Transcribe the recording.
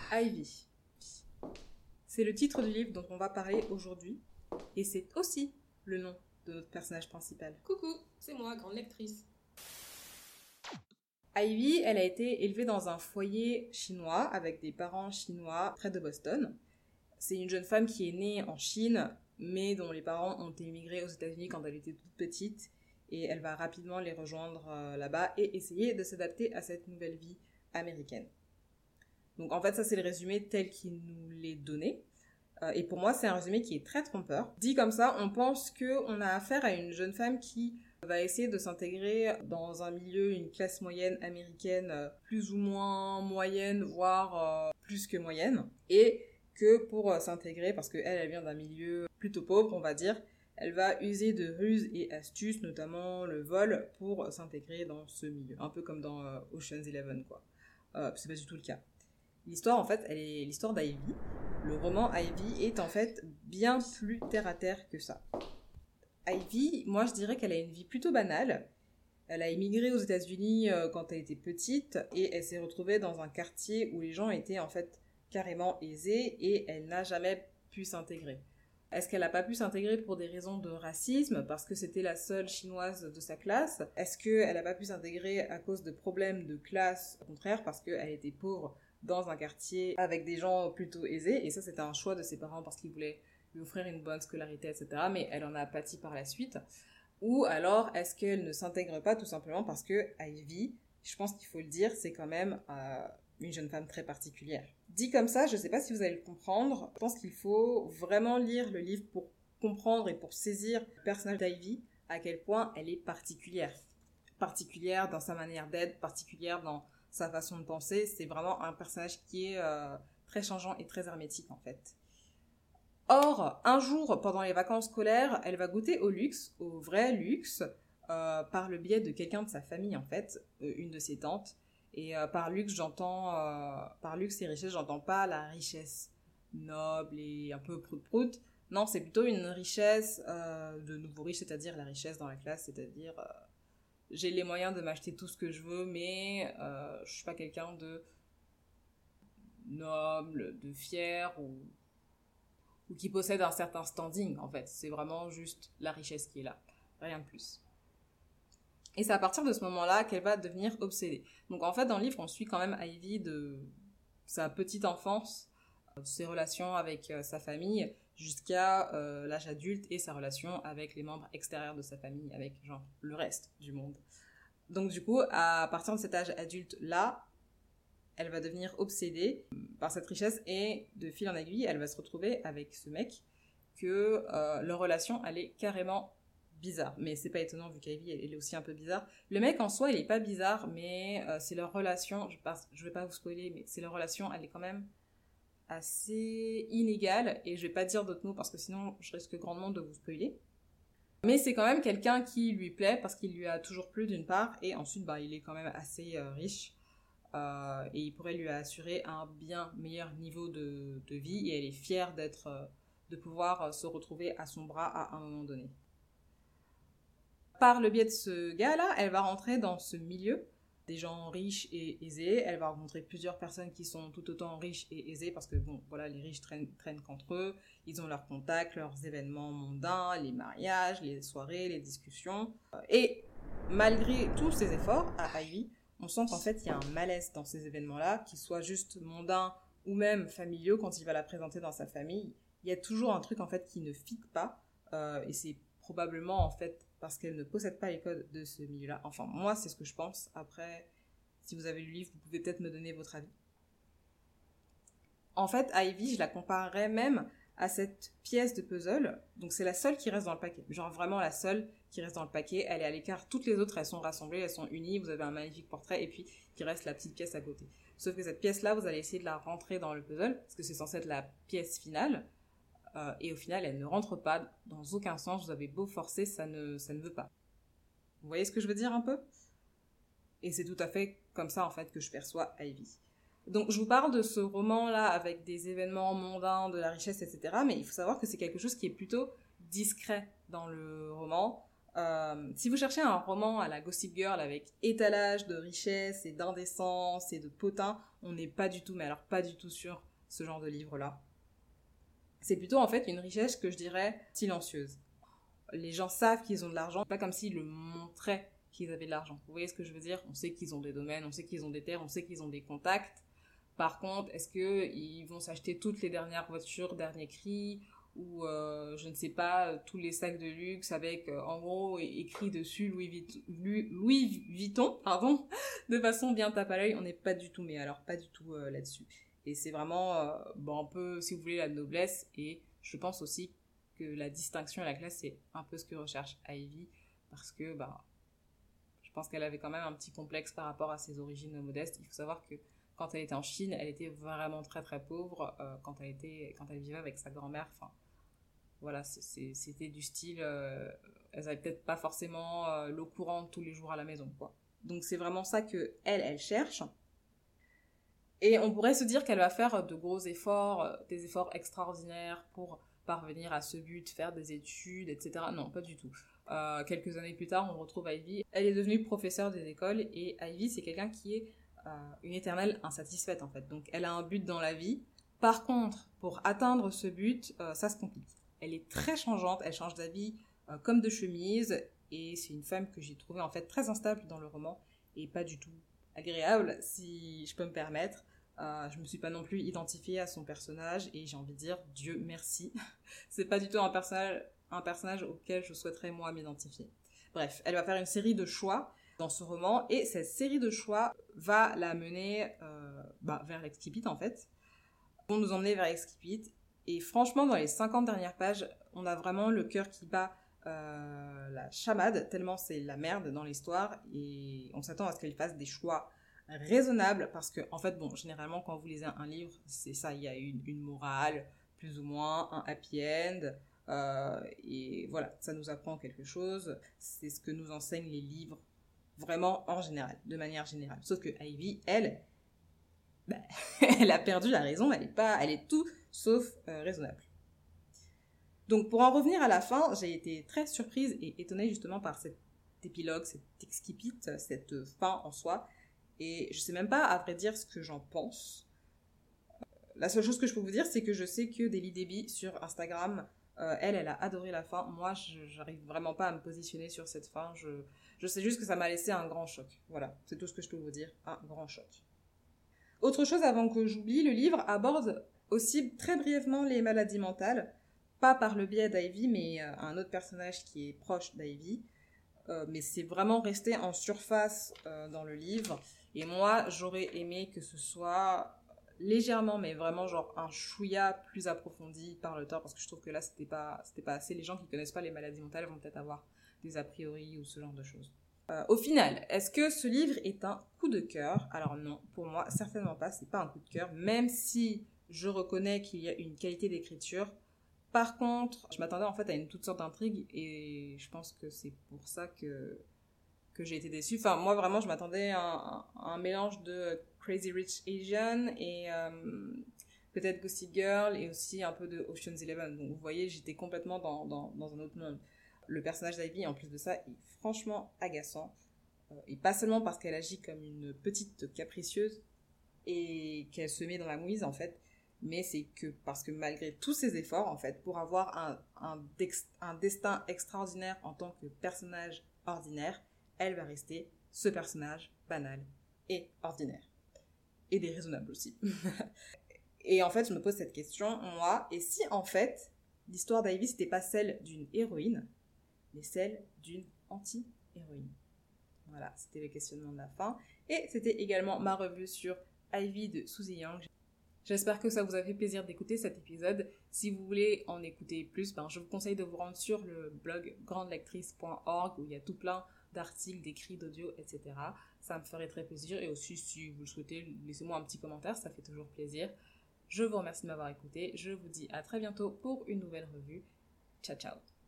Ivy. C'est le titre du livre dont on va parler aujourd'hui, et c'est aussi le nom de notre personnage principal. Coucou, c'est moi, grande lectrice. Ivy, elle a été élevée dans un foyer chinois avec des parents chinois près de Boston. C'est une jeune femme qui est née en Chine, mais dont les parents ont émigré aux États-Unis quand elle était toute petite, et elle va rapidement les rejoindre là-bas et essayer de s'adapter à cette nouvelle vie américaine. Donc en fait, ça c'est le résumé tel qu'il nous l'est donné. Et pour moi, c'est un résumé qui est très trompeur. Dit comme ça, on pense qu'on a affaire à une jeune femme qui va essayer de s'intégrer dans un milieu, une classe moyenne américaine plus ou moins moyenne, voire plus que moyenne. Et que pour s'intégrer, parce qu'elle vient d'un milieu plutôt pauvre, on va dire, elle va user de ruses et astuces, notamment le vol, pour s'intégrer dans ce milieu. Un peu comme dans Ocean's 11, quoi. C'est pas du tout le cas. L'histoire, en fait, elle est l'histoire d'Ivy. Le roman Ivy est en fait bien plus terre-à-terre que ça. Ivy, moi je dirais qu'elle a une vie plutôt banale. Elle a émigré aux États-Unis quand elle était petite et elle s'est retrouvée dans un quartier où les gens étaient en fait carrément aisés et elle n'a jamais pu s'intégrer. Est-ce qu'elle n'a pas pu s'intégrer pour des raisons de racisme, parce que c'était la seule chinoise de sa classe? Est-ce qu'elle n'a pas pu s'intégrer à cause de problèmes de classe? Au contraire, parce qu'elle était pauvre dans un quartier avec des gens plutôt aisés, et ça c'était un choix de ses parents parce qu'ils voulaient lui offrir une bonne scolarité, etc. Mais elle en a pâti par la suite. Ou alors, est-ce qu'elle ne s'intègre pas tout simplement parce que Ivy, je pense qu'il faut le dire, c'est quand même une jeune femme très particulière. Dit comme ça, je ne sais pas si vous allez le comprendre, je pense qu'il faut vraiment lire le livre pour comprendre et pour saisir le personnage d'Ivy, à quel point elle est particulière. Particulière dans sa manière d'être, particulière dans sa façon de penser. C'est vraiment un personnage qui est très changeant et très hermétique en fait. Or, un jour, pendant les vacances scolaires, elle va goûter au luxe, au vrai luxe, par le biais de quelqu'un de sa famille, en fait, une de ses tantes. Et par luxe et richesse, j'entends pas la richesse noble et un peu prout-prout. Non, c'est plutôt une richesse de nouveau riche, c'est-à-dire la richesse dans la classe, c'est-à-dire j'ai les moyens de m'acheter tout ce que je veux, mais je suis pas quelqu'un de noble, de fier ou qui possède un certain standing, en fait. C'est vraiment juste la richesse qui est là, rien de plus. Et c'est à partir de ce moment-là qu'elle va devenir obsédée. Donc en fait, dans le livre, on suit quand même Ivy de sa petite enfance, ses relations avec sa famille, jusqu'à l'âge adulte et sa relation avec les membres extérieurs de sa famille, avec genre le reste du monde. Donc du coup, à partir de cet âge adulte-là, elle va devenir obsédée par cette richesse et de fil en aiguille, elle va se retrouver avec ce mec que leur relation, elle est carrément bizarre. Mais c'est pas étonnant vu qu'Ivy, elle est aussi un peu bizarre. Le mec en soi, il est pas bizarre, mais c'est leur relation, je vais pas vous spoiler, mais c'est leur relation, elle est quand même assez inégale, et je vais pas dire d'autres mots parce que sinon je risque grandement de vous spoiler. Mais c'est quand même quelqu'un qui lui plaît parce qu'il lui a toujours plu d'une part, et ensuite il est quand même assez riche. Et il pourrait lui assurer un bien meilleur niveau de vie, et elle est fière de pouvoir se retrouver à son bras à un moment donné. Par le biais de ce gars-là, elle va rentrer dans ce milieu des gens riches et aisés. Elle va rencontrer plusieurs personnes qui sont tout autant riches et aisées parce que les riches traînent qu'entre eux. Ils ont leurs contacts, leurs événements mondains, les mariages, les soirées, les discussions. Et malgré tous ces efforts à Ivy, on sent qu'en fait, il y a un malaise dans ces événements-là, qu'ils soient juste mondains ou même familiaux. Quand il va la présenter dans sa famille, il y a toujours un truc en fait qui ne fit pas, et c'est probablement en fait parce qu'elle ne possède pas les codes de ce milieu-là. Enfin, moi, c'est ce que je pense. Après, si vous avez lu le livre, vous pouvez peut-être me donner votre avis. En fait, Ivy, je la comparerais même à cette pièce de puzzle. Donc c'est la seule qui reste dans le paquet. Genre vraiment la seule qui reste dans le paquet. Elle est à l'écart. Toutes les autres, elles sont rassemblées, elles sont unies. Vous avez un magnifique portrait et puis il reste la petite pièce à côté. Sauf que cette pièce-là, vous allez essayer de la rentrer dans le puzzle parce que c'est censé être la pièce finale. Et au final, elle ne rentre pas dans aucun sens. Vous avez beau forcer, ça ne veut pas. Vous voyez ce que je veux dire un peu? Et c'est tout à fait comme ça en fait que je perçois Ivy. Donc je vous parle de ce roman-là avec des événements mondains, de la richesse, etc. Mais il faut savoir que c'est quelque chose qui est plutôt discret dans le roman. Si vous cherchez un roman à la Gossip Girl avec étalage de richesse et d'indécence et de potin, on n'est pas du tout, mais alors pas du tout sur ce genre de livre-là. C'est plutôt en fait une richesse que je dirais silencieuse. Les gens savent qu'ils ont de l'argent, pas comme s'ils le montraient qu'ils avaient de l'argent. Vous voyez ce que je veux dire? On sait qu'ils ont des domaines, on sait qu'ils ont des terres, on sait qu'ils ont des contacts. Par contre, est-ce qu'ils vont s'acheter toutes les dernières voitures, dernier cri, ou je ne sais pas, tous les sacs de luxe avec en gros écrit dessus Louis Vuitton, pardon, de façon bien tape à l'œil? On n'est pas du tout, mais alors pas du tout là-dessus. Et c'est vraiment un peu, si vous voulez, la noblesse, et je pense aussi que la distinction et la classe, c'est un peu ce que recherche Ivy, parce que je pense qu'elle avait quand même un petit complexe par rapport à ses origines modestes. Il faut savoir que quand elle était en Chine, elle était vraiment très très pauvre quand elle vivait avec sa grand-mère. Enfin, voilà, c'était du style, elles n'avaient peut-être pas forcément l'eau courante tous les jours à la maison, quoi. Donc c'est vraiment ça que elle cherche. Et on pourrait se dire qu'elle va faire de gros efforts, des efforts extraordinaires pour parvenir à ce but, faire des études, etc. Non, pas du tout. Quelques années plus tard, on retrouve Ivy. Elle est devenue professeure des écoles, et Ivy, c'est quelqu'un qui est une éternelle insatisfaite, en fait. Donc, elle a un but dans la vie. Par contre, pour atteindre ce but, ça se complique. Elle est très changeante, elle change d'avis comme de chemise, et c'est une femme que j'ai trouvée, en fait, très instable dans le roman, et pas du tout agréable, si je peux me permettre. Je me suis pas non plus identifiée à son personnage, et j'ai envie de dire Dieu merci. C'est pas du tout un personnage auquel je souhaiterais moi m'identifier. Bref, elle va faire une série de choix dans ce roman, et cette série de choix va la mener vers l'Exquipite, en fait. Vont nous emmener vers l'Exquipite, et franchement, dans les 50 dernières pages, on a vraiment le cœur qui bat la chamade, tellement c'est la merde dans l'histoire, et on s'attend à ce qu'elle fasse des choix raisonnables, parce que, en fait, généralement, quand vous lisez un livre, c'est ça, il y a une morale, plus ou moins, un happy end, et voilà, ça nous apprend quelque chose, c'est ce que nous enseignent les livres, vraiment en général, de manière générale. Sauf que Ivy, elle, elle a perdu la raison, elle est tout sauf raisonnable. Donc pour en revenir à la fin, j'ai été très surprise et étonnée justement par cet épilogue, cet excipit, cette fin en soi, et je sais même pas à vrai dire ce que j'en pense. La seule chose que je peux vous dire, c'est que je sais que Daily Debbie sur Instagram, elle a adoré la fin. Moi, j'arrive vraiment pas à me positionner sur cette fin. Je sais juste que ça m'a laissé un grand choc. Voilà, c'est tout ce que je peux vous dire, un grand choc. Autre chose avant que j'oublie, le livre aborde aussi très brièvement les maladies mentales, pas par le biais d'Ivy, mais un autre personnage qui est proche d'Ivy. Mais c'est vraiment resté en surface dans le livre. Et moi, j'aurais aimé que ce soit légèrement, mais vraiment genre un chouïa plus approfondi par l'auteur, parce que je trouve que là, c'était pas assez. Les gens qui connaissent pas les maladies mentales vont peut-être avoir des a priori ou ce genre de choses. Au final, est-ce que ce livre est un coup de cœur? Alors non, pour moi, certainement pas, c'est pas un coup de cœur, même si je reconnais qu'il y a une qualité d'écriture. Par contre, je m'attendais en fait à une toute sorte d'intrigue, et je pense que c'est pour ça que j'ai été déçue. Enfin, moi vraiment, je m'attendais à un mélange de Crazy Rich Asian et peut-être Gossip Girl, et aussi un peu de Ocean's Eleven. Donc vous voyez, j'étais complètement dans un autre monde. Le personnage d'Ivy, en plus de ça, est franchement agaçant. Et pas seulement parce qu'elle agit comme une petite capricieuse et qu'elle se met dans la mouise, en fait, mais c'est que parce que malgré tous ses efforts, en fait, pour avoir un destin extraordinaire en tant que personnage ordinaire, elle va rester ce personnage banal et ordinaire. Et déraisonnable aussi. Et en fait, je me pose cette question, moi, et si en fait, l'histoire d'Ivy, c'était pas celle d'une héroïne, mais celle d'une anti-héroïne. Voilà, c'était le questionnement de la fin. Et c'était également ma revue sur Ivy de Susie Young. J'espère que ça vous a fait plaisir d'écouter cet épisode. Si vous voulez en écouter plus, je vous conseille de vous rendre sur le blog grandelectrice.org, où il y a tout plein d'articles, d'écrits, d'audio, etc. Ça me ferait très plaisir. Et aussi, si vous le souhaitez, laissez-moi un petit commentaire, ça fait toujours plaisir. Je vous remercie de m'avoir écouté. Je vous dis à très bientôt pour une nouvelle revue. Ciao, ciao.